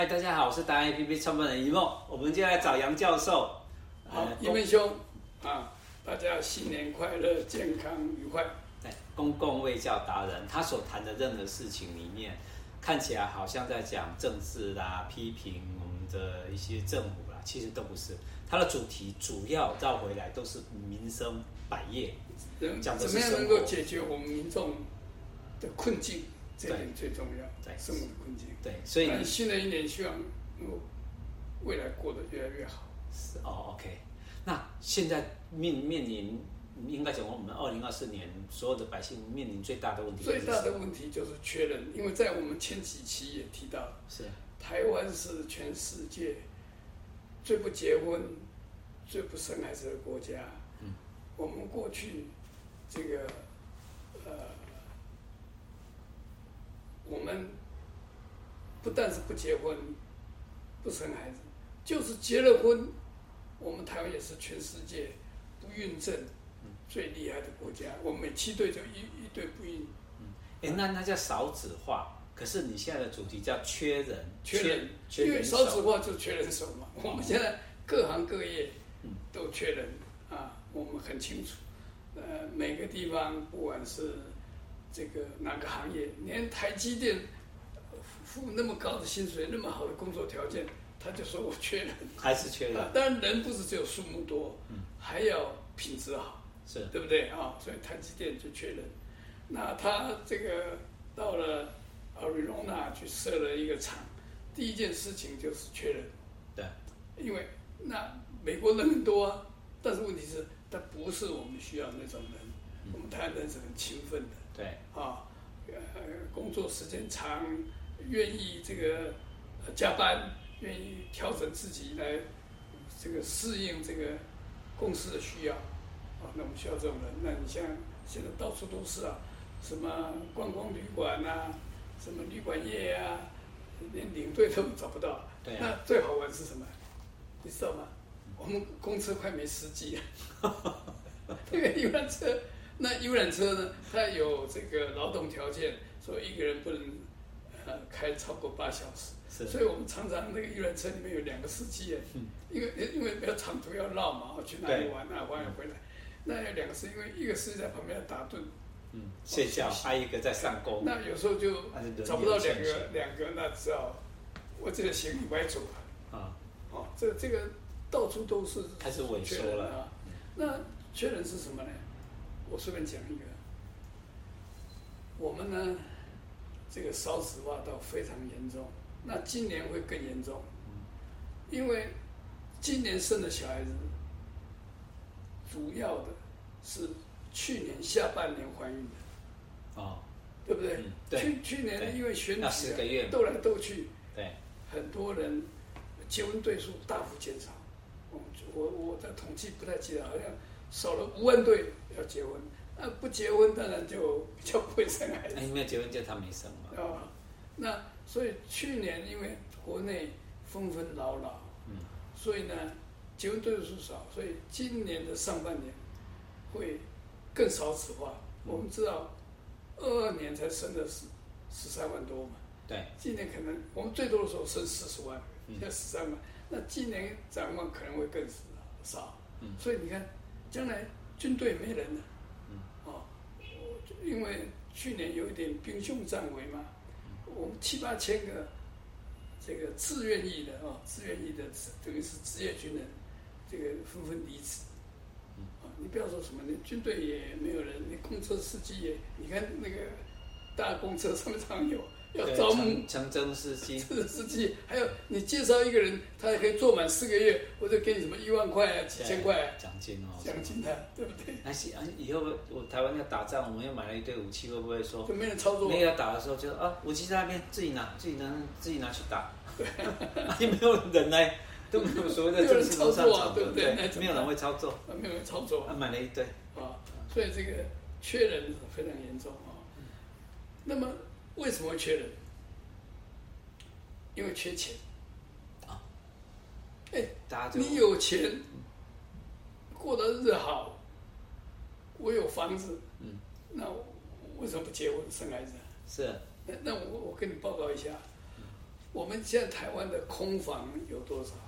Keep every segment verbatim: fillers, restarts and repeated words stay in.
嗨，大家好，我是达人 A P P 创办人一梦。我们接下来找杨教授。 好，一梦兄啊，大家新年快乐，健康愉快。 对，公共卫教达人，他所谈的任何事情里面，看起来好像在讲政治啦、批评我们的一些政府啦，其实都不是。他的主题主要绕回来都是民生百业，讲的是怎么样能够解决我们民众的困境，这点最重要。对，生活的困境。 对，所以新的一年希望能够未来过得越来越好。 是哦 ，OK。那现在面面临，应该讲我们二零二四年所有的百姓面临最大的问题， 最大的问题就是缺人，因为在我们前几期也提到， 是台湾是全世界最不结婚、最不生孩子的国家。嗯，我们过去这个呃，我们不但是不结婚、不生孩子，就是结了婚，我们台湾也是全世界不孕症最厉害的国家。我们每七对就一一对不孕。 嗯，哎，那那叫少子化。可是你现在的主题叫缺人， 缺人，缺因为少子化就缺人手嘛。我们现在各行各业都缺人啊，我们很清楚。呃，每个地方不管是这个哪个行业，连台积电付那么高的薪水，那么好的工作条件，他就说我缺人， 还是缺人。 啊、当然人不是只有数目多，嗯、还要品质好， 是对不对啊？所以台积电就缺人。那他这个到了Arizona去设了一个厂，第一件事情就是缺人。 对， 因为那美国人很多啊，但是问题是，他不是我们需要那种人。嗯、我们台湾人是很勤奋的。 对啊，呃，工作时间长，愿意这个加班，愿意调整自己来这个适应这个公司的需要啊。那我们需要这种人。那你像现在到处都是啊，什么观光旅馆啊，什么旅馆业啊，连领队都找不到。 对、啊。 那最好玩是什么？你知道吗？我们公车快没司机了，因为游览车。那游览车呢？它有这个劳动条件，说一个人不能呃开超过八小时。是。所以我们常常那个游览车里面有两个司机，嗯，因为因为要长途要绕嘛，去哪里玩啊，玩完回来，那有两个司机，因为一个司机在旁边打盹， 嗯，睡觉，还有一个在上工。 那有时候就找不到两个两个，那只好我这个行李歪走了啊。哦，这这个到处都是开始萎缩了啊。 那缺人是什么呢？我随便讲一个，我们呢，这个少子化倒非常严重，那今年会更严重，因为今年生的小孩子，主要的是去年下半年怀孕的，哦，对不对？嗯、对去去年因为选举、啊、斗来斗去， 对， 很多人结婚对数大幅减少，我我我的统计不太记得，好像。少了五万对要结婚，那不结婚当然就比较不会生孩子。 哎，没有结婚就他没生嘛。 啊、哦，那所以去年因为国内纷纷扰扰，嗯，所以呢结婚对数少，所以今年的上半年会更少子化。嗯、我们知道，二二年才生的是十三万多嘛， 对， 今年可能我们最多的时候生四十万，现在十三万，那今年展望可能会更少。嗯，所以你看。将来军队没人了，嗯，哦，因为去年有一点兵凶战危嘛，我们七八千个这个自愿役的啊，自愿役的等于是职业军人，这个纷纷离职，嗯，啊，你不要说什么，你军队也没有人，你公车司机也，你看那个大公车上面常有。要招募长征司机， 司机，还有你介绍一个人，他还可以做满四个月，或者给你什么一万块啊、几千块奖金哦， 奖金啊，对不对？ 那是以后我台湾要打仗，我们又买了一堆武器，会不会说就没人操作？ 没有要打的时候就啊，武器在那边，自己拿，自己拿，自己拿去打，对，也没有人来，都没有所谓的正式操作啊，对不对？ 没有人会操作， 没有人操作， 啊，买了一堆啊，所以这个缺人非常严重啊。那么为什么会缺人？因为缺钱啊！哎，你有钱，过得日好，我有房子，嗯，那我为什么不结婚生孩子啊？ 是。 那那我我跟你报告一下， 我们现在台湾的空房有多少？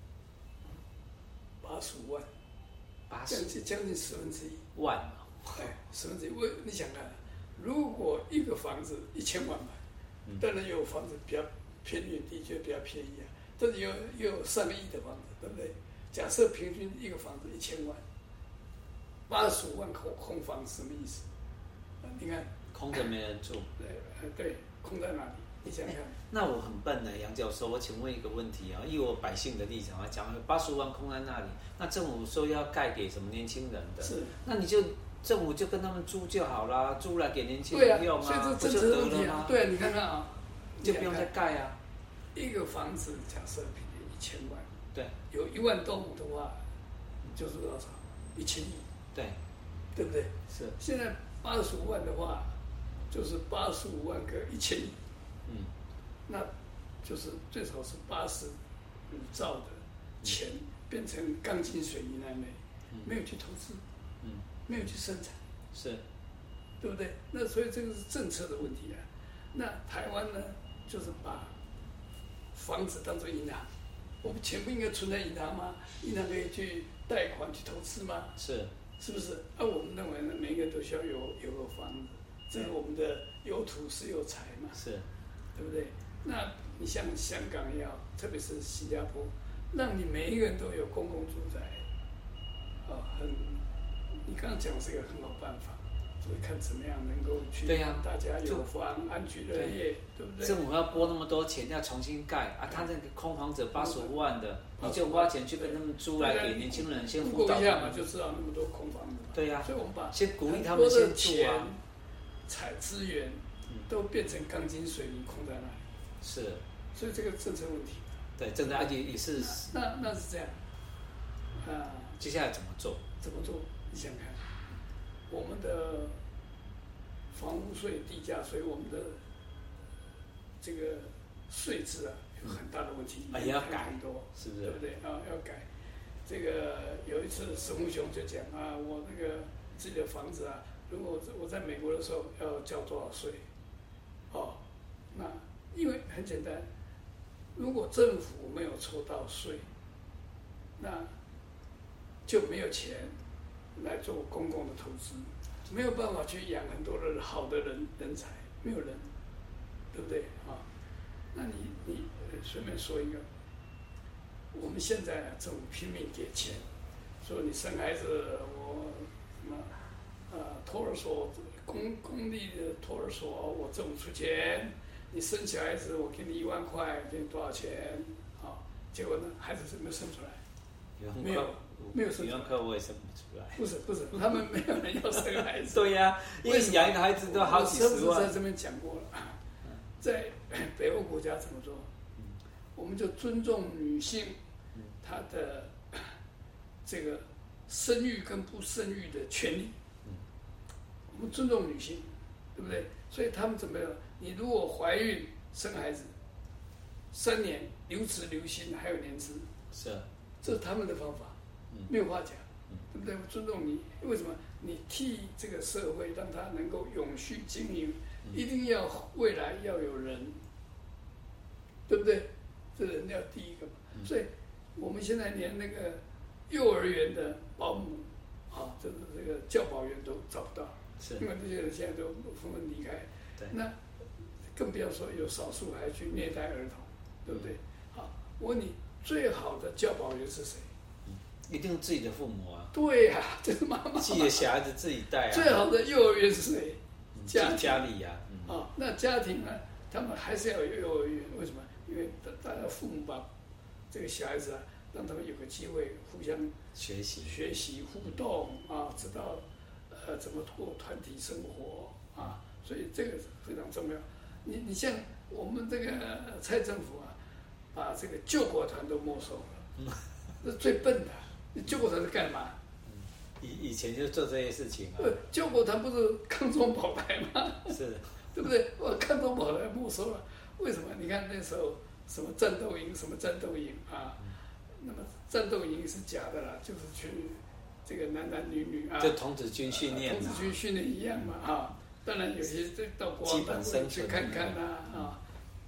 八十五万，将近将近十分之一万， 哎，十分之一。我你想看，如果一个房子一千万买，嗯、当然也有房子比较偏远地区比较便宜啊，但是又又有上亿的房子，对不对？假设平均一个房子一千万，八十五万空空房什么意思？啊、你看， 空着没人住。 对，呃，对，空在哪里？你想想看。 那我很笨呢，杨教授，我请问一个问题啊，以我百姓的立场来讲，八十五万空在那里，那政府说要盖给什么年轻人的？ 是， 那你就政府就跟他们租就好啦，租来给年轻人用啊， 对啊，所以这政治问题啊。对啊，你看看啊， 就不用再盖啊。 一个房子假设平均一千万， 对， 有一万栋的话，就是多少？一千亿， 对， 对不对？ 是。 现在八十五万的话，就是八十五万个一千亿。嗯，那就是最少是八十五兆的钱变成钢筋水泥那类，嗯、没有去投资，嗯，没有去生产， 是， 对不对？那所以这个是政策的问题啊。那台湾呢，就是把房子当作银行，我们钱不应该存在银行吗？银行可以去贷款去投资吗？ 是， 是不是？啊，我们认为呢，每个人都需要有有个房子，这是我们的有土是有财嘛。 是。 对不对？那你像香港也好，特别是新加坡，让你每一个人都有公共住宅，啊，很，你刚刚讲是一个很好办法，所以看怎么样能够去让大家有房安居乐业，对不对？ 政府要拨那么多钱要重新盖啊，他那个空房子八十五万的，你就花钱去跟他们租来给年轻人先辅导一下嘛，就知道那么多空房子。 对呀， 所以我们把先鼓励他们先住啊， 采资源。都变成钢筋水泥空在那里， 是， 所以这个政策问题， 对，政策而且也是， 那那是这样，啊， 接下来怎么做？ 怎么做？你想看，我们的房屋税、地价税，我们的这个税制啊，有很大的问题， 啊，也要改很多， 是不是？ 对不对？啊，要改。这个有一次沈富雄就讲啊，我那个自己的房子啊，如果我在美国的时候要交多少税？哦，那因为很简单，如果政府没有抽到税，那就没有钱来做公共的投资，没有办法去养很多的好的人人才，没有人，对不对啊？那你你随便说一个，我们现在政府拼命给钱，说你生孩子我什么呃托儿所。公公立的托儿所，我政府出钱，你生小孩子，我给你一万块，给你多少钱？啊、哦，结果呢，孩子是没有生出来，没有，没有生出来。 一万块我也生不出来。 不是不是，他们没有人要生孩子。 对呀、啊，因为养一个孩子都好几十万。 我是不是在这边讲过了？在北欧国家怎么做？我们就尊重女性她的这个生育跟不生育的权利。我们尊重女性，对不对？所以他们怎么样？你如果怀孕生孩子，三年留职留薪还有年资， 是， 这是他们的方法，没有话讲，对不对？我尊重你，为什么？你替这个社会让它能够永续经营，一定要未来要有人，对不对？这人要第一个嘛。所以我们现在连那个幼儿园的保姆啊，就是这个教保员都找不到。因为这些人现在都纷纷离开，那更不要说有少数还去虐待儿童，对不对？好，我问你，最好的教保员是谁？ 一定是自己的父母啊。 对呀、啊，这是妈妈。 自己的小孩子自己带啊。 最好的幼儿园是谁？ 家家里呀、 啊。嗯、啊，那家庭呢？他们还是要有幼儿园，为什么？因为大家父母把这个小孩子啊，让他们有个机会互相学习、 学习互动啊，知道。呃，怎么过团体生活啊？所以这个非常重要。你你像我们这个蔡政府啊，把这个救国团都没收了，这是最笨的。你救国团是干嘛？ 以以前就做这些事情啊。 救国团不是抗中保台吗？ 是， 对不对？我抗中保台没收了，为什么？你看那时候什么战斗营，什么战斗营啊？那么战斗营是假的啦，就是去。这个男男女女啊， 就童子军训练、 啊，童子军训练一样嘛啊。当然有些这到国王去看看啦啊，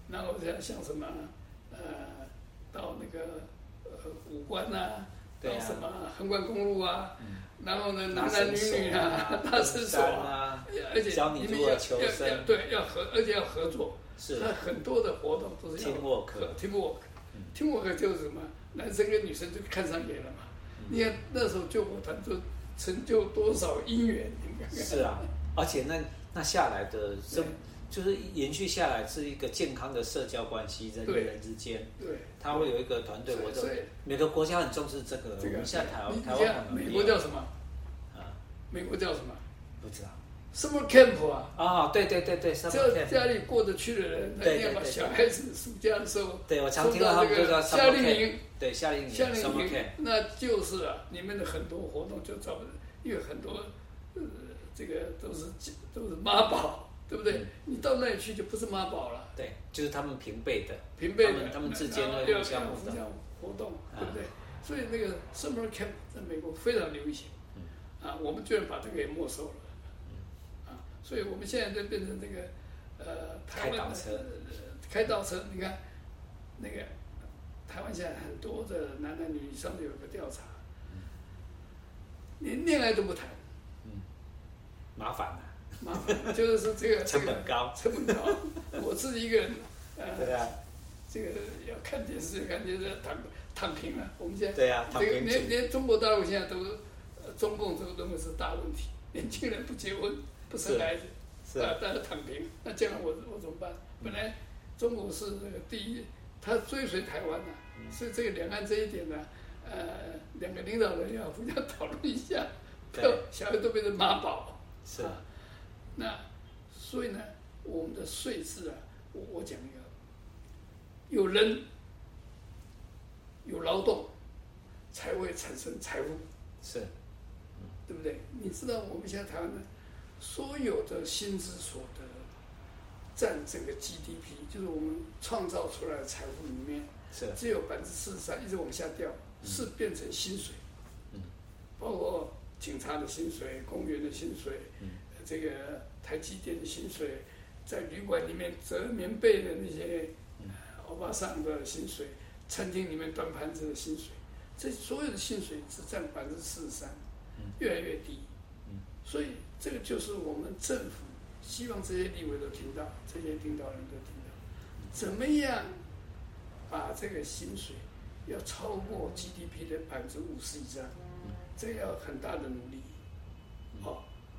然后像像什么呃，到那个呃武关啊，到什么横贯公路啊，嗯、然后呢男男女女啊，大绳索啊，而且教你如何求生， 对，要合，而且要合作。 是， 它很多的活动都是要 teamwork，teamwork，teamwork 就是什么？男生跟女生就看上眼了嘛。嗯、你看那时候救国团就成就多少姻缘？ 是啊，而且那那下来的这就是延续下来是一个健康的社交关系，人与人之间。 对， 他会有一个团队活动。每个国家很重视这个。 这个、 我们现在台湾，台湾美国叫什么？ 啊， 美国叫什么？ 不知道。 Summer camp 啊！ 啊，对对对对，只要家里过得去的人，他一定要把小孩子暑假的时候， 对我常听到他们都叫夏令营， 对夏令营， 夏令营，那就是啊，里面的很多活动就找，因为很多呃，这个都是都是妈宝，对不对？你到那里去就不是妈宝了， 对，就是他们平辈的， 平辈的， 他们之间会互相互相活动，对不对？所以那个 Summer camp 在美国非常流行，啊，我们居然把这个给没收了。所以我们现在就变成这个，呃，台湾的开倒车。你看，那个台湾现在很多的男男女女，上次有个调查，连恋爱都不谈， 嗯，麻烦了， 麻烦，就是这个成本高， 成本高。我自己一个人， 呃，对啊， 这个要看电视，看电视躺躺平了。我们现在对啊， 这个连连中国大陆现在都，呃，中共都认为是大问题，年轻人不结婚。不生孩子， 是啊，大家躺平，那将来我我怎么办？本来中国是那个第一，他追随台湾的、啊，所以这个两岸这一点呢，呃，两个领导人要互相讨论一下，不要小孩都变成妈宝。 是啊，那所以呢，我们的税制啊，我我讲一个，有人有劳动，才会产生财富， 是， 对不对？你知道我们现在台湾的。所有的薪资所得占整个 G D P， 就是我们创造出来的财富里面， 是只有百分之四十三，一直往下掉，是变成薪水，嗯，包括警察的薪水、公务员的薪水，嗯，这个台积电的薪水，在旅馆里面折棉被的那些欧巴桑的薪水，餐厅里面端盘子的薪水，这所有的薪水只占百分之四十三，越来越低，嗯，所以。这个就是我们政府希望这些立委都听到，这些领导人都听到，怎么样把这个薪水要超过 G D P 的百分之五十以上，这要很大的努力。好、哦，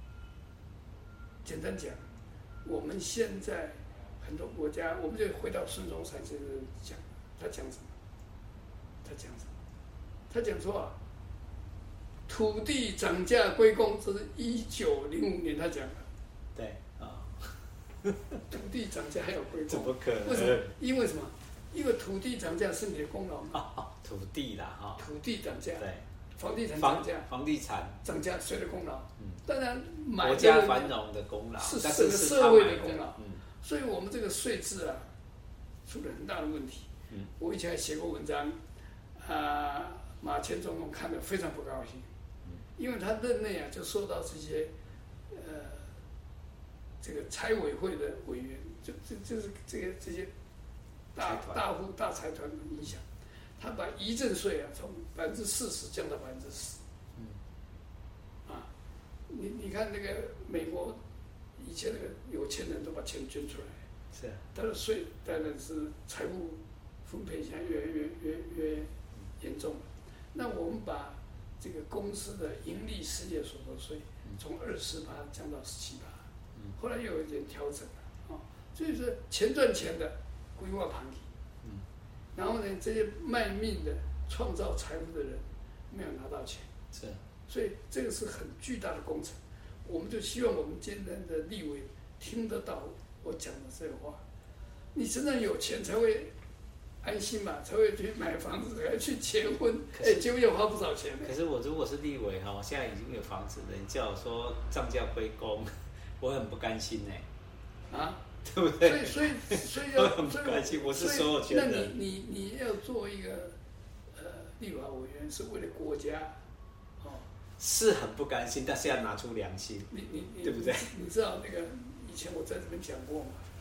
简单讲，我们现在很多国家，我们就回到孙中山先生讲，他讲什么？他讲什么？他讲说啊。土地涨价归公，这是一九零五年他讲的。 对啊， 哦、土地涨价还要归公？ 怎么可能？ 为什么？因为什么？因为土地涨价是你的功劳嘛。 啊、哦，土地啦哈。 土地涨价。 对。 房地产涨价。 房地产涨价谁的功劳？嗯。当然，买国家繁荣的功劳， 是整个社会的功劳。嗯。所以我们这个税制啊，出了很大的问题。嗯。我以前还写过文章，啊、呃，马前总统看了非常不高兴。因为他任内啊，就受到这些，呃，这个财委会的委员，就就就是这个这些大大户大财团的影响，他把遗赠税啊从百分之四十降到百分之十。嗯。啊，你你看那个美国以前那个有钱人都把钱捐出来， 是， 他的税当然是财务分配现在越来越越越严重了。那我们把这个公司的盈利事业所得税从二十趴降到十七趴，后来又有一点调整了啊、哦，所以说钱赚钱的规划旁体，嗯，然后呢，这些卖命的创造财富的人没有拿到钱， 是， 所以这个是很巨大的工程，我们就希望我们今天的立委听得到我讲的这个话，你真正有钱才会。安心嘛，才会去买房子，才会去结婚。哎，结婚要花不少钱呢。 可是我如果是立委哈，我现在已经有房子了，你叫我说涨价归公，我很不甘心呢。啊，对不对？ 所以所以所以要， 我很不甘心，我是所有权人。 那你你你要做一个呃立法委员，是为了国家，哦， 是很不甘心，但是要拿出良心。 你你你对不对？ 你知道那个以前我在这边讲过嘛？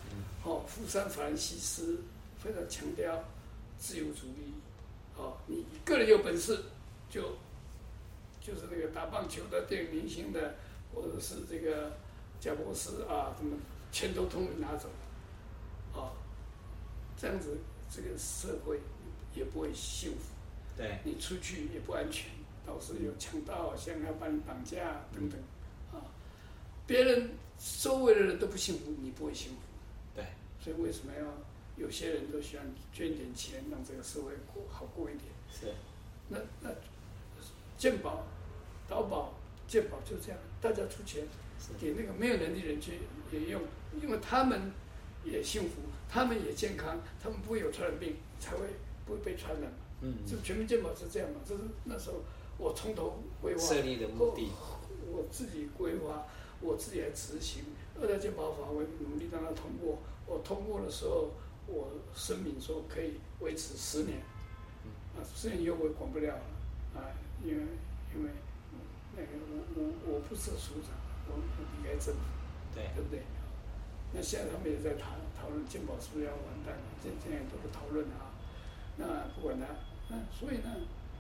哦，福山法兰西斯非常强调自由主义，哦，你个人有本事就就是那个打棒球的、电影明星的，或者是这个贾博士啊，什么钱都通通拿走，啊，这样子这个社会也不会幸福。 对， 你出去也不安全，到时有强盗想要把你绑架等等，啊，别人周围的人都不幸福，你不会幸福。 对， 所以为什么要有些人都喜欢捐点钱，让这个社会过好过一点？ 是， 那那健保、劳保、健保就这样，大家出钱给那个没有能力人去也用，因为他们也幸福，他们也健康，他们不会有传染病，才会不会被传染嘛。嗯，这全民健保是这样嘛？这是那时候我从头规划设立的目的， 我自己规划，我自己来执行。二代健保法，我努力让它通过。我通过的时候，我声明说可以维持十年，啊，十年以后我也管不了了，啊，因为因为那个我我我不是署长，我我离开政府， 对对不对？那现在他们也在谈讨论健保是不是要完蛋了，这现在都不讨论啊。那不管他，那所以呢，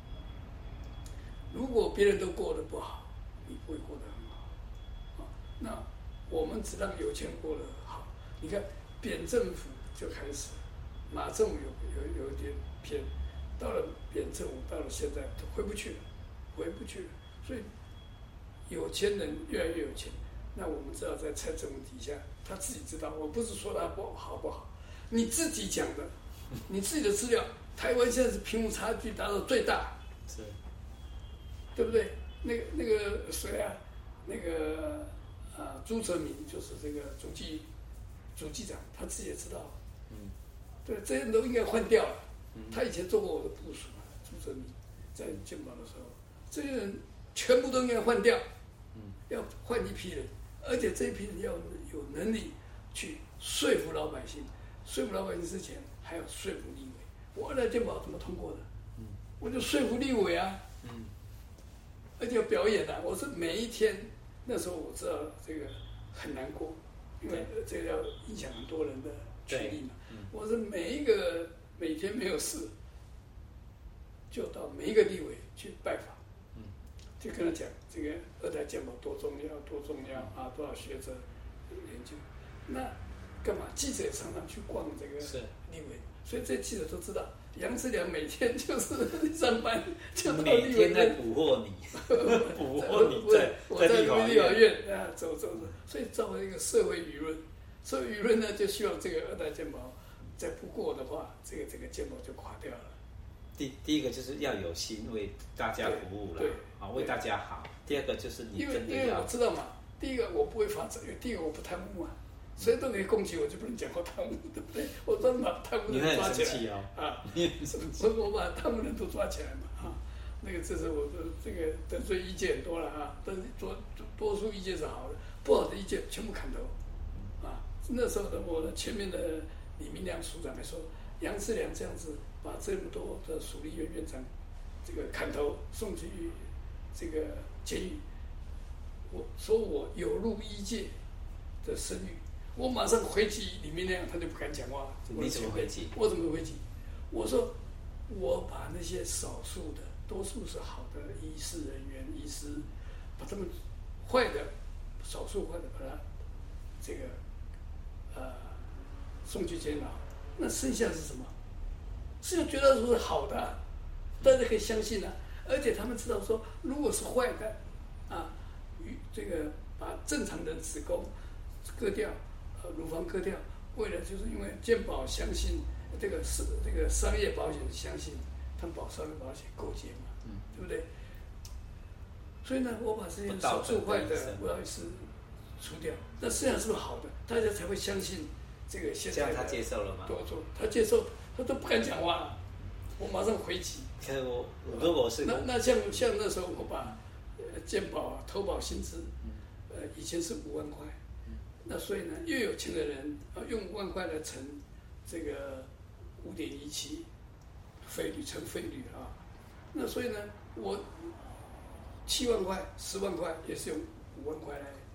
如果别人都过得不好，你不会过得很好，啊，那我们只让有钱人过得好。你看，扁政府就开始，马政府有有有一点偏，到了扁政府，到了现在都回不去了，回不去了。所以有钱人越来越有钱，那我们知道在蔡政府底下，他自己知道，我不是说他不好不好，你自己讲的，你自己的资料。台湾现在是贫富差距达到最大， 是， 对不对？那个那个谁啊，那个啊朱泽民就是这个主计主计长，他自己也知道，嗯，对，这些人都应该换掉了。嗯、他以前做过我的部属啊，朱泽民在健保的时候，这些人全部都应该换掉，嗯，要换一批人，而且这一批人要有能力去说服老百姓，说服老百姓之前还要说服立委。我二代健保怎么通过的？嗯，我就说服立委啊，嗯，而且要表演的、啊。我是每一天，那时候我知道这个很难过，因为这个要影响很多人的权益嘛。嗯、我是每一个每天没有事，就到每一个立委去拜访，嗯，就跟他讲这个二代健保多重要，多重要啊，多少学者研究。那干嘛？记者也常常去逛这个立委。所以这记者都知道，杨志良每天就是上班，就到每天在捕获你，捕获你在我在立法院啊走走走，所以造成一个社会舆论，社会舆论呢就希望这个二代健保再不过的话，这个这个健保就垮掉了。 第第一个就是要有心为大家服务了，啊，为大家好。第二个就是你真的要， 因为因为我知道嘛，第一个我不会发财，第一个我不贪污啊。谁都可以攻击我，就不能讲我贪污，对不对？我专门把贪污人抓起来。 哦、 啊！我我把贪污人都抓起来嘛啊！那个这是我的这个得罪意见很多了啊，但是多多数意见是好的，不好的意见全部砍头啊！那时候的我的前面的李明亮署长还说，杨志良这样子把这么多的属立院院长这个砍头送去这个监狱，我说我有辱医界的声誉。我马上回击李明亮，他就不敢讲话了。 你怎么回击？ 我怎么回击？我说我把那些少数的、多数是好的医师人员、医师，把他们坏的、少数坏的，把他这个呃送去监牢。那剩下是什么？是绝大多数是好的、啊，大家可以相信啊。而且他们知道说，如果是坏的啊，与这个把正常的子宫割掉。呃，乳房割掉，为了就是因为健保相信这个是这个商业保险相信他们保商业保险勾结嘛，嗯，对不对？所以呢，我把这些少数坏的不好意思除掉，那剩下是不是好的？大家才会相信这个现在的。 这样他接受了吗？ 多做，他接受，他都不敢讲话了。我马上回击。 可是我如果是那那像像那时候我把呃健保啊投保薪资，呃以前是五万块。那所以呢，越有钱的人啊，用五万块来乘这个五点一七费率乘费率啊，那所以呢，我七万块、十万块也是用五万块来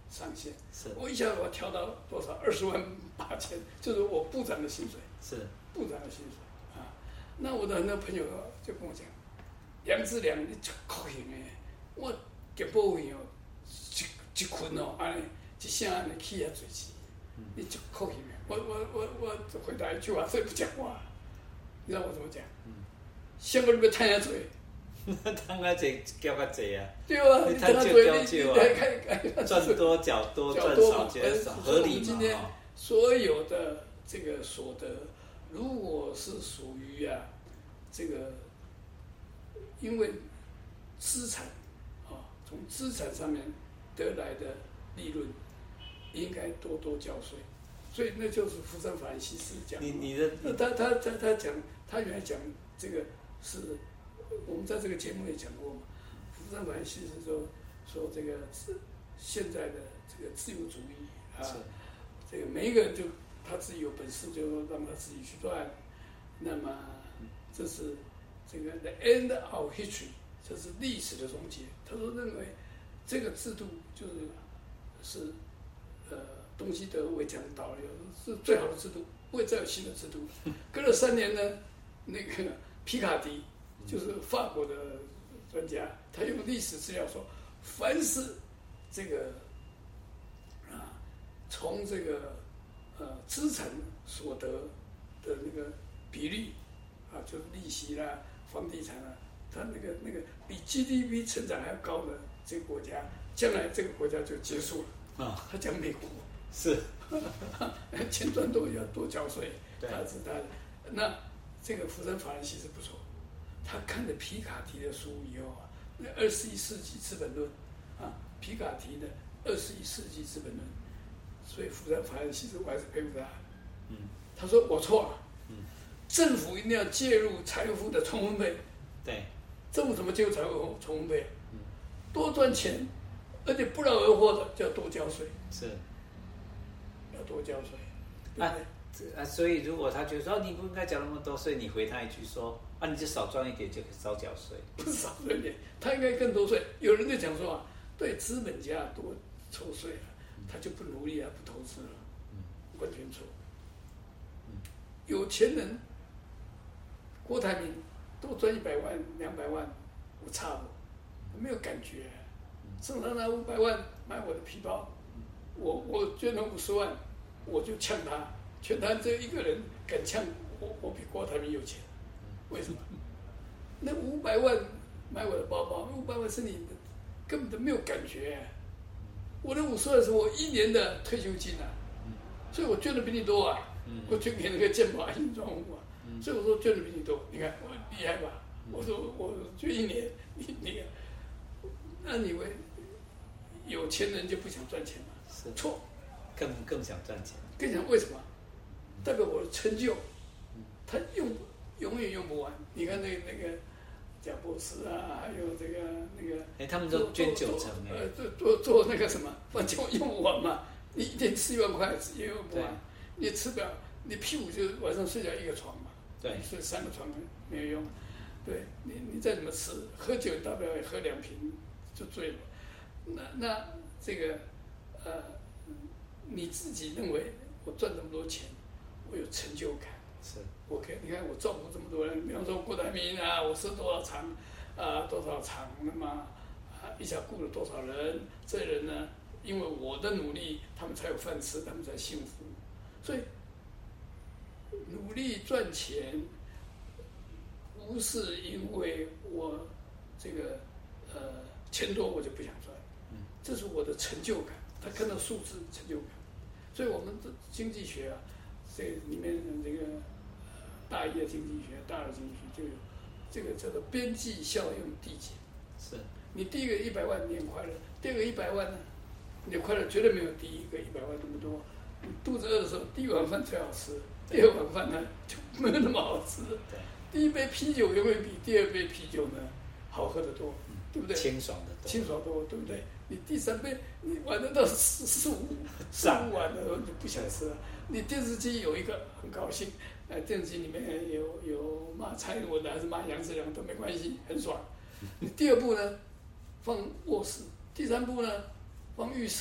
上限。 是， 我一下子我调到多少？二十万八千，就是我部长的薪水。 是， 部长的薪水啊。那我的很多朋友就跟我讲，杨志良你足酷型的，我给保险哦，一一困哦，安尼一声安尼起啊侪钱，你足酷型的。我我我我回答一句话，所以不讲话。你知道我怎么讲？香港你要赚遐多， 赚较济交较济啊。 对啊， 你赚少交少啊，赚多缴多，赚少减少，合理嘛。 今天所有的这个所得，如果是属于啊这个，因为资产啊，从资产上面得来的利润，应该多多交税。所以那就是福山法兰西斯讲的。 你你的， 他他他他讲，他原来讲这个是，我们在这个节目也讲过嘛。福山法兰西斯说说这个是现在的这个自由主义啊，这个每一个人就他自己有本事，就让他自己去赚。那么这是这个 the end of history， 这是历史的终结。他说认为这个制度就是是呃。东西德为讲道理是最好的制度，不会再有新的制度。隔了三年呢，那个皮卡迪就是法国的专家，他用历史资料说，凡是这个啊，从这个呃资产所得的那个比例啊，就是利息啦、房地产啊，它那个那个比 G D P 成长还要高的这个国家，将来这个国家就结束了。啊，他讲美国。 是， 钱赚多要多交税，他是他的。那这个福山法兰西斯不错，他看了皮卡迪的书以后啊，那二十一世纪资本论啊，皮卡迪的二十一世纪资本论，所以福山法兰西斯我还是佩服他。嗯，他说我错了，嗯，政府一定要介入财富的重分配。 对， 政府怎么介入财富重分配？嗯，多赚钱，而且不劳而获的就要多交税。 是。 要多交税， 啊啊！所以如果他觉得说、哦、你不应该缴那么多税，你回他一句说啊，你就少赚一点，就少缴税， 不是少赚一点，他应该更多税。有人就讲说啊，对资本家多抽税了，他就不努力啊，不投资了，嗯，完全错。嗯，有钱人，郭台铭多赚一百万、两百万，我差不，没有感觉。剩下那五百万买我的皮包。我我捐了五十万，我就呛他，全台只有一个人敢呛我，我比郭台铭有钱，为什么？那五百万买我的包包，五百万是你的，根本都没有感觉。我的五十万是我一年的退休金啊，所以我捐的比你多啊，我捐给那个健保安心专户啊，所以我说捐的比你多，你看我厉害吧？我说我捐一年，你你，那你为有钱人就不想赚钱吗？错， 更更想赚钱。 更想为什么？代表我的成就，他用永远用不完。你看那个那个贾博士啊，还有这个那个， 哎，他们都捐九成哎， 呃，做做做那个什么，反正用不完嘛。你一天吃一万块也用不完，你吃不了，你屁股就晚上睡觉一个床嘛， 对， 睡三个床没有用。对你你再怎么吃，喝酒大不了喝两瓶就醉了。那那这个。呃，你自己认为我赚这么多钱，我有成就感。 是， 我可以，你看我照顾这么多人，比方说郭台铭啊，我设多少厂啊、呃，多少厂，那么啊，一下雇了多少人，这些人呢，因为我的努力，他们才有饭吃，他们才幸福。所以，努力赚钱，不是因为我这个呃钱多我就不想赚，这是我的成就感。他看到数字成就感，所以我们的经济学啊，这里面这个呃大一的经济学、大二经济学就有这个叫做边际效用递减。 是， 你第一个一百万你很快乐，第二个一百万呢，你的快乐绝对没有第一个一百万那么多。你肚子饿的时候，第一碗饭最好吃，第二碗饭呢就没有那么好吃。 对， 第一杯啤酒永远比第二杯啤酒呢好喝得多，对不对？ 清爽的多， 清爽多，对不对？你第三杯，你玩得到四四五四五碗的时候，你就不想吃了。你电视机有一个很高兴，呃，电视机里面有有骂蔡英文的还是骂杨志良都没关系，很爽。你第二部呢，放卧室；第三部呢，放浴室；第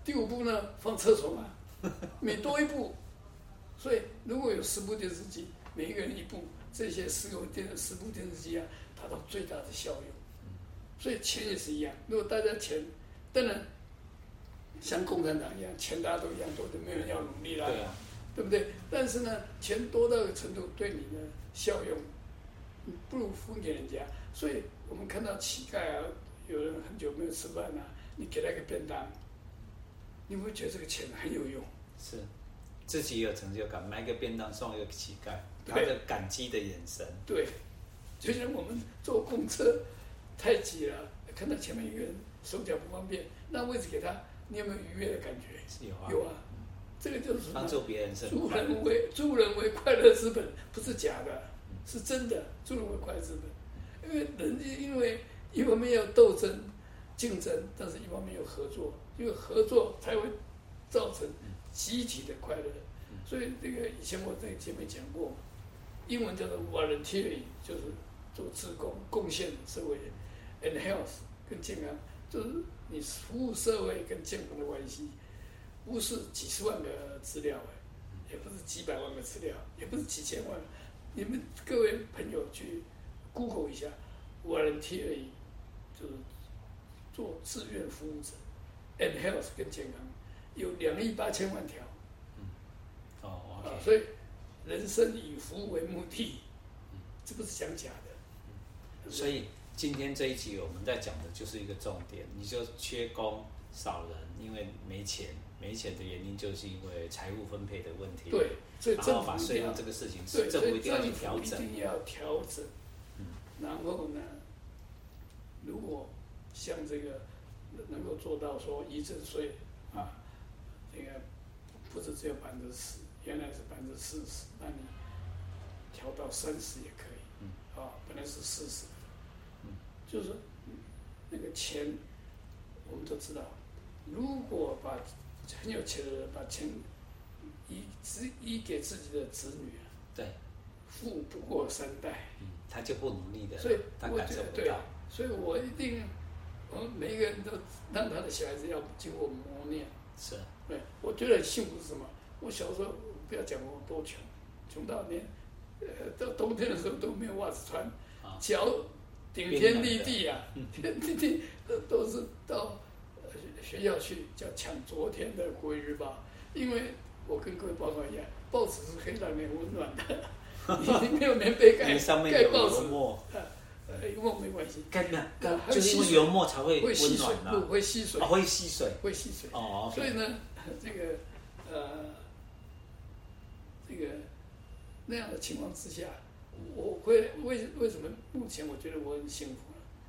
第五步呢放厕所嘛，每多一步，所以如果有十部电视机，每一个人一部，这些十个电十部电视机啊，达到最大的效用。所以钱也是一样，如果大家钱，当然像共产党一样，钱大家都一样多，就没有人要努力啦， 对啊， 对不对？但是呢，钱多到的程度，对你的效用，你不如分给人家。所以我们看到乞丐啊，有人很久没有吃饭啊，你给他一个便当，你会觉得这个钱很有用。 是，自己有成就感，买个便当送一个乞丐，他的感激的眼神。 对，就像我们坐公车太挤了，看到前面一个人手脚不方便，让位置给他，你有没有愉悦的感觉？ 有啊， 有啊。这个就是帮助别人是助人为助人为快乐之本，不是假的，是真的。助人为快乐之本，因为人因为一方面要斗争、竞争，但是一方面有合作，因为合作才会造成集体的快乐。所以这个以前我在前面讲过，英文叫做 volunteering， 就是做志工、贡献社会 ，and health 跟健康，就是你服务社会跟健康的关系。不是几十万个资料，也不是几百万个资料，也不是几千万。你们各位朋友去 Google 一下 ，volunteering 就是做志愿服务者 ，and health 跟健康有两亿八千万条。 嗯，哦 ，OK， 啊，所以人生以服务为目的，这不是讲假的。 嗯、所以今天这一集我们在讲的就是一个重点，你就缺工少人，因为没钱。没钱的原因就是因为财务分配的问题。 对，所以政府把税务这个事情， 对， 政府一定要去调整。 一定要调整。嗯，然后呢，如果像这个能够做到说遗赠税啊，这个不是只有百分之十，原来是百分之四十，那你调到三十也可以。嗯，啊，本来是四十。嗯，就是那个钱，我们都知道，如果把很有钱的人把钱移只移给自己的子女， 对， 富不过三代， 嗯，他就不努力的， 所以他感受不到。 所以我一定，我们每一个人都让他的小孩子要经过磨练。 是， 对，我觉得很幸福是什么？我小时候不要讲我多穷，穷到连呃到冬天的时候都没有袜子穿，脚顶天立地啊，天地地都是到。学校去叫抢昨天的《国语日报》，因为我跟各位报告一样，报纸是可以让人温暖的，你没有棉被盖， 上面有油墨， 呃，油墨没关系， 盖那就是因为油墨才会温暖的，会吸水， 会吸水， 会吸水。 哦， 所以呢，这个呃，这个那样的情况之下，我会为为什么目前我觉得我很幸福？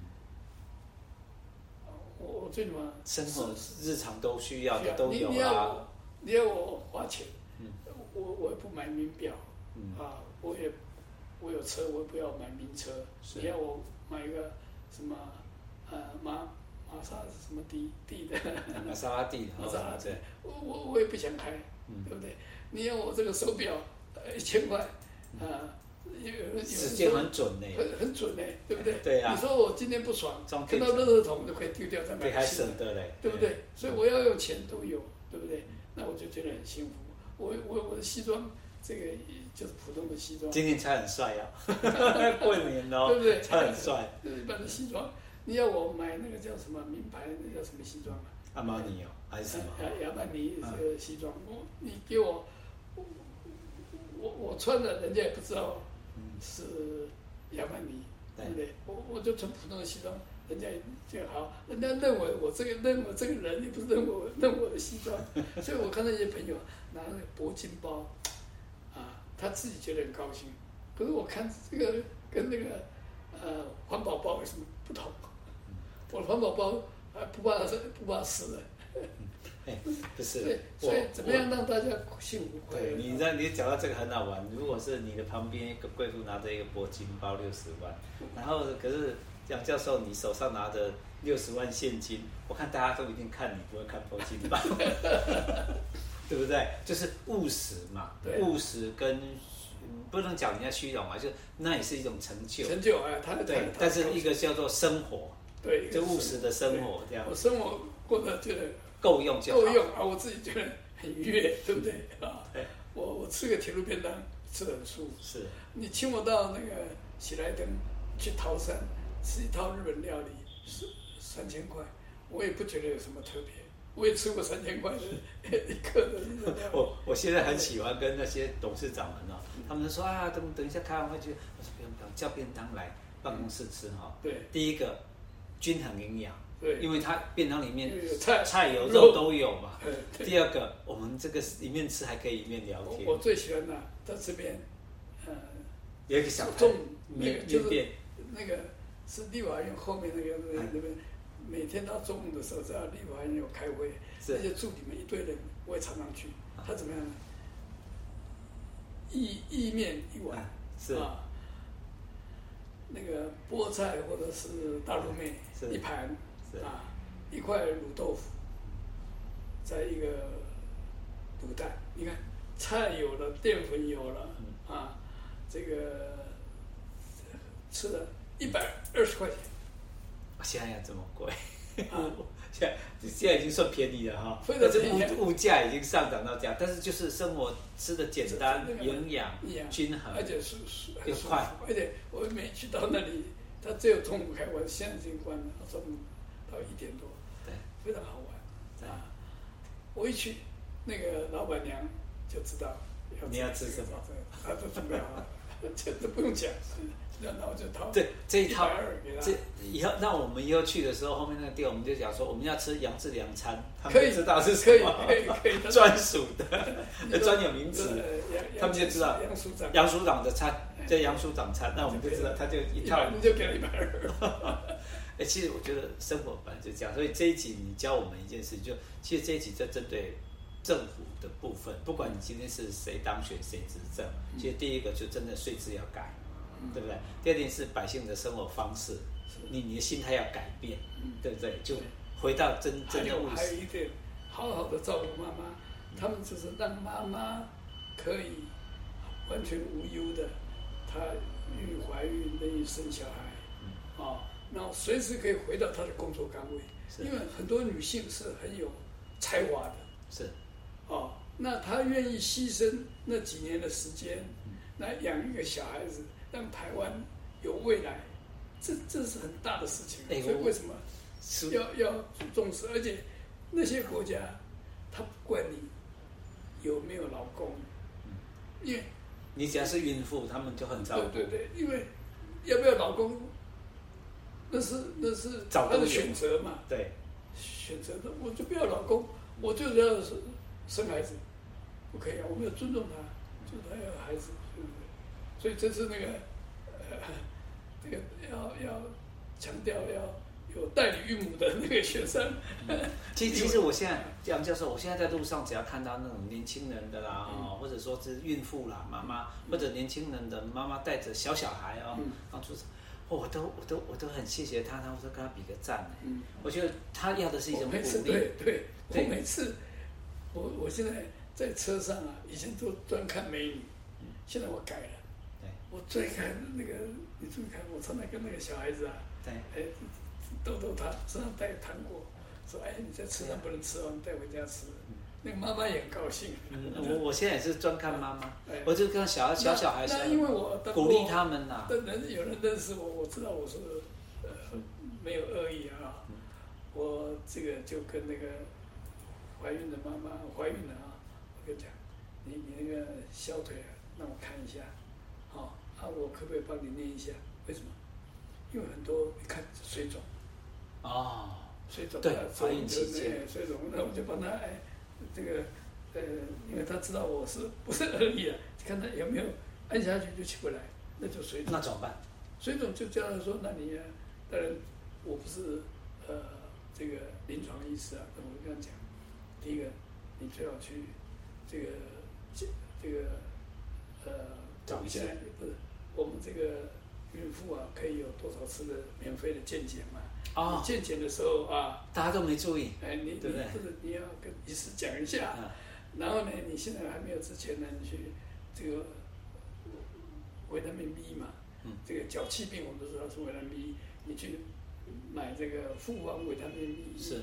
我最起码生活日常都需要的都有啊。你要我，你要我花钱，嗯、我我也不买名表，嗯、啊，我也我有车，我也不要买名车。你要我买一个什么呃玛玛莎什么地地的玛莎拉蒂， 玛莎拉蒂，我我我也不想开，嗯、对不对？你要我这个手表呃一千块，啊。 时间很准呢， 很很准呢，对不对？ 对啊。 你说我今天不爽，看到垃圾桶就可以丢掉，再买还舍得嘞， 对不对？所以我要用钱都有，对不对？那我就觉得很幸福。我我我的西装，这个就是普通的西装。 今天才很帅呀，过年哦， 对不对？ 才很帅。 一般的西装，你要我买那个叫什么名牌，那叫什么西装啊？ 阿玛尼哦，还是什么？ 亚曼尼这个西装，我你给我，我我穿了，人家也不知道。是亚曼尼，对不对？我我就穿普通的西装，人家就好，人家认为我这个认我这个人，也不是认我认我的西装，所以我看到一些朋友拿那个铂金包，啊，他自己觉得很高兴，可是我看这个跟那个呃环保包有什么不同？我的环保包啊不怕不怕死的。 哎，不是， 对，所以怎么样让大家幸福快乐？ 对，你让你讲到这个很好玩。如果是你的旁边一个贵妇拿着一个铂金包六十万，然后可是杨教授你手上拿着六十万现金，我看大家都一定看你，不会看铂金包，对不对？就是务实嘛，务实跟不能讲人家虚荣嘛，就那也是一种成就， 成就啊，他的对，但是一个叫做生活， 对， 就务实的生活这样。 我生活过得觉得够用就好。 够用啊，我自己觉得很愉悦，对不对啊？我我吃个铁路便当吃得很舒服。 是， 你请我到那个喜来登去桃山吃一套日本料理，是三千块，我也不觉得有什么特别。我也吃过三千块的一克的日本料理。 我我现在很喜欢跟那些董事长们哦，他们说啊，等等一下开完会去，我说不用不用，叫便当来办公室吃哈。 对， 第一个均衡营养。 对， 因为它便当里面菜菜有肉都有嘛。第二个，我们这个一面吃还可以一面聊天。 我, 我最喜欢的在这边，呃， 有一个小中面那个就是面那个是立法院后面那个那那边，每天到中午的时候，在立法院有开会，那些助理们一堆人，我也常常去。他怎么样呢？意意面一碗， 是啊，那个菠菜或者是大陆妹一盘。啊，一块卤豆腐，再一个卤蛋。你看，菜有了，淀粉有了，啊，这个吃了一百二十块钱。 现在要这么贵？ 啊， 现在现在已经算便宜了哈。 但是物物价已经上涨到这样，但是就是生活吃的简单、营养、均衡， 而且是是又快。 而且我每去到那里，他只有中午开，我现在已经关了，中午。到一点多， 对， 非常好玩啊！我一去，那个老板娘就知道要你要吃什么， 她都准备好了，这都不用讲，然后就掏这这一套，这以后那我们以后去的时候，后面那个店我们就讲说我们要吃杨志良餐，他们知道是什么， 可以可以可以专属的专有名词，他们就知道杨署长杨署长的餐叫杨署长餐，那我们就知道他就一套， 你就给了一百二。 哎，其实我觉得生活本来就这样，所以这一集你教我们一件事，就其实这一集在针对政府的部分，不管你今天是谁当选谁执政，其实第一个就真的税制要改，对不对？第二点是百姓的生活方式，你你的心态要改变，对不对？就回到真正的务实。 还有一点，好好的照顾妈妈，他们就是让妈妈可以完全无忧的，她孕怀孕等于生小孩，啊。然后随时可以回到她的工作岗位，因为很多女性是很有才华的， 是， 哦，那她愿意牺牲那几年的时间，来养一个小孩子，让台湾有未来，这这是很大的事情。 欸、 所以为什么要要重视？而且那些国家，他不管你有没有老公，因为你只要是孕妇，他们就很照顾。 对对对，因为要不要老公？那是那是他的选择嘛？ 对， 选择的，我就不要老公，我就要生生孩子，不可以啊！我们要尊重他，就是他要孩子，对不对？所以这是那个呃，这个要要强调要有代理孕母的那个学生。 其实其实我现在杨教授，我现在在路上只要看到那种年轻人的啦，嗯、或者说是孕妇啦、妈妈，或者年轻人的妈妈带着小小孩啊，刚出生。我都我都我都很谢谢他，他我都跟他比个赞。嗯，我觉得他要的是一种鼓励。 对对，我每次，我我现在在车上啊，以前都专看美女，现在我改了。对，我最看那个，你注意看，我常常跟那个小孩子啊，对，哎，逗逗他，身上带糖果，说哎你在车上不能吃哦，你带回家吃。那个妈妈也很高兴。 嗯，我我现在也是专看妈妈，我就跟小小小孩那因为我鼓励他们呐。 人有人认识我，我知道我是呃没有恶意啊。我这个就跟那个怀孕的妈妈怀孕了啊，我跟你讲，你你那个小腿啊，让我看一下，好啊，我可不可以帮你捏一下？为什么？因为很多一看水肿。哦。水肿。 对，怀孕期间。 水肿，那我就帮他哎。这个，呃，因为他知道我是不是恶意的，看他有没有按下去就起不来，那就水肿。 那怎么办？ 水肿就叫他说，那你啊，当然我不是呃这个临床医师啊，那我跟他讲，第一个你最好去这个这个呃找一下，不是我们这个孕妇啊，可以有多少次的免费的健检嘛？哦，你健检的时候啊， 大家都没注意， 哎，你对不对？或者你要跟医师讲一下，嗯、然后呢，你现在还没有之前呢，你去这个维他命 B 嘛，嗯、这个脚气病我们都知道是维他命 B， 你去买这个复方维他命 B， 是，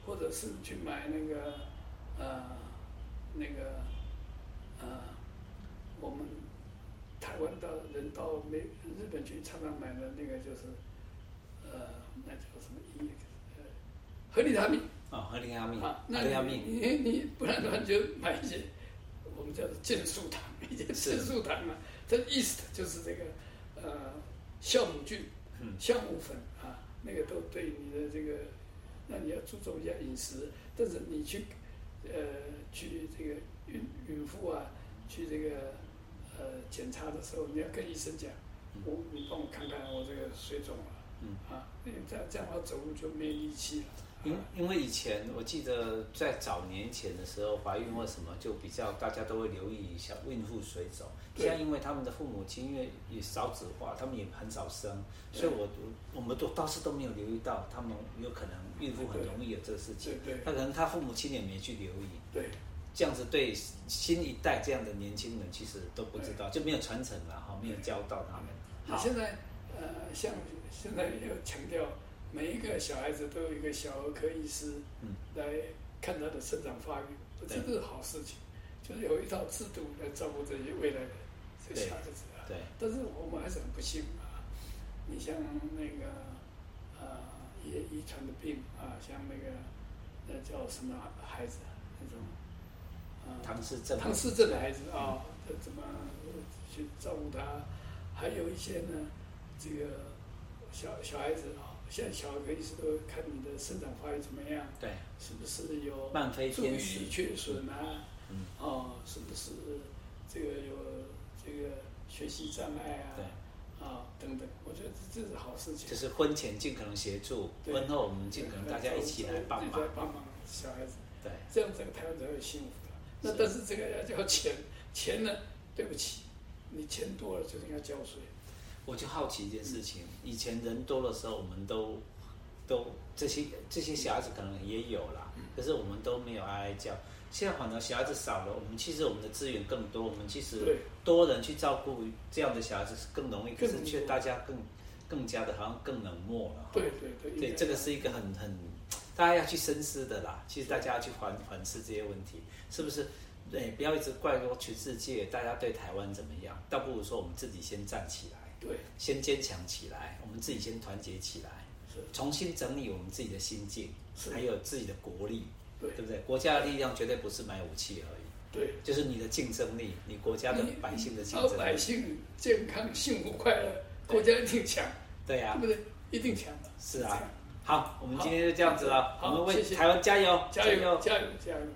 或者是去买那个呃那个呃我们台湾到人到美日本去常常买的那个就是呃那叫什么一呃合利他命啊，合利他命啊，那你你你不然的话就买一些我们叫做健素糖，一些健素糖啊，这 yeast 就是这个呃酵母菌、酵母粉啊，那个都对你的这个，那你要注重一下饮食。但是你去呃去这个孕孕妇啊，去这个呃检查的时候，你要跟医生讲，我你帮我看看我这个水肿了，嗯啊，这样这样的话走路就没力气了。 因因为以前我记得在早年前的时候，怀孕或什么就比较大家都会留意小孕妇水肿。现在因为他们的父母亲因为也少子化，他们也很少生，所以我我们都倒是都没有留意到他们有可能孕妇很容易有这个事情。 对对， 他可能他父母亲也没去留意。 对， 这样子对新一代这样的年轻人其实都不知道，就没有传承了哈，没有教到他们。 好，现在呃像现在要强调。每一个小孩子都有一个小儿科医师来看他的生长发育，这是好事情。就是有一套制度来照顾这些未来的这个小孩子啊。 对。 但是我们还是很不幸啊。你像那个呃一些遗传的病啊，像那个那叫什么孩子那种啊唐氏症。 唐氏症的孩子啊，这怎么去照顾他？还有一些呢，这个小小孩子啊。现在小儿科医师都会看你的生长发育怎么样， 对， 是不是有慢飞天使注意力缺损啊？嗯，哦，是不是这个有这个学习障碍啊？ 对， 啊、哦、等等，我觉得这这是好事情。 就是婚前尽可能协助，婚后我们尽可能大家一起来帮忙， 帮忙小孩子。 对， 这样整个台湾才会幸福的。那但是这个要交钱，钱呢？对不起，你钱多了就是要交税。 我就好奇一件事情，以前人多的时候，我们都都这些这些小孩子可能也有啦，可是我们都没有哀哀叫。现在反而小孩子少了，我们其实我们的资源更多，我们其实多人去照顾这样的小孩子是更容易，可是却大家更更加的好像更冷漠了。 对对对， 对，这个是一个很很大家要去深思的啦。其实大家要去反反思这些问题，是不是？对，不要一直怪说全世界大家对台湾怎么样，倒不如说我们自己先站起来。 对， 先坚强起来，我们自己先团结起来，重新整理我们自己的心境，还有自己的国力，对，对不对？国家的力量绝对不是买武器而已， 对， 就是你的竞争力，你国家的百姓的竞争力， 老百姓健康、幸福、快乐，国家一定强， 对呀、啊， 对不对？一定强的， 是啊。好，我们今天就这样子了，我们为谢谢台湾加油， 加油，加油，加油！